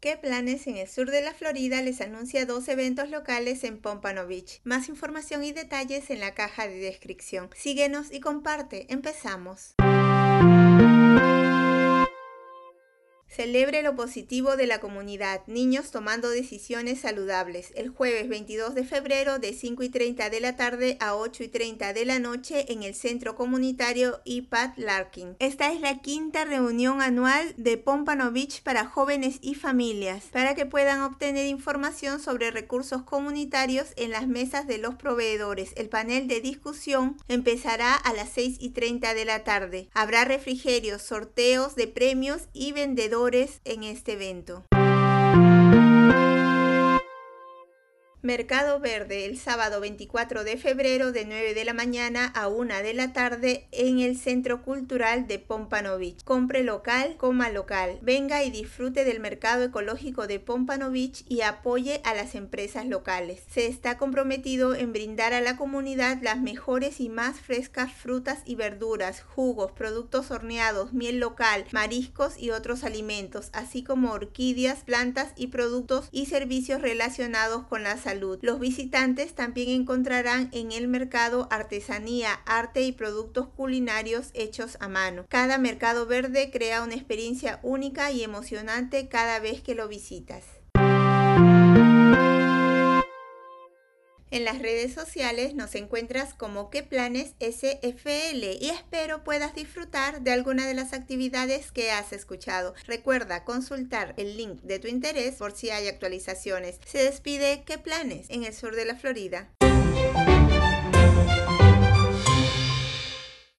¿Qué planes en el sur de la Florida? Les anuncia 2 eventos locales en Pompano Beach. Más información y detalles en la caja de descripción. Síguenos y comparte. Empezamos. Celebre lo positivo de la comunidad. Niños tomando decisiones saludables. El jueves 22 de febrero de 5:30 de la tarde a 8:30 de la noche en el Centro Comunitario Pat Larkin. Esta es la 5ª reunión anual de Pompano Beach para jóvenes y familias, para que puedan obtener información sobre recursos comunitarios en las mesas de los proveedores. El panel de discusión empezará a las 6:30 de la tarde. Habrá refrigerios, sorteos de premios y vendedores en este evento. Mercado Verde el sábado 24 de febrero de 9 de la mañana a 1 de la tarde en el Centro Cultural de Pompano Beach. Compre local, coma local. Venga y disfrute del mercado ecológico de Pompano Beach y apoye a las empresas locales. Se está comprometido en brindar a la comunidad las mejores y más frescas frutas y verduras, jugos, productos horneados, miel local, mariscos y otros alimentos, así como orquídeas, plantas y productos y servicios relacionados con la salud. Los visitantes también encontrarán en el mercado artesanía, arte y productos culinarios hechos a mano. Cada mercado verde crea una experiencia única y emocionante cada vez que lo visitas. En las redes sociales nos encuentras como ¿Qué planes SFL? Y espero puedas disfrutar de alguna de las actividades que has escuchado. Recuerda consultar el link de tu interés por si hay actualizaciones. Se despide ¿Qué planes? En el sur de la Florida.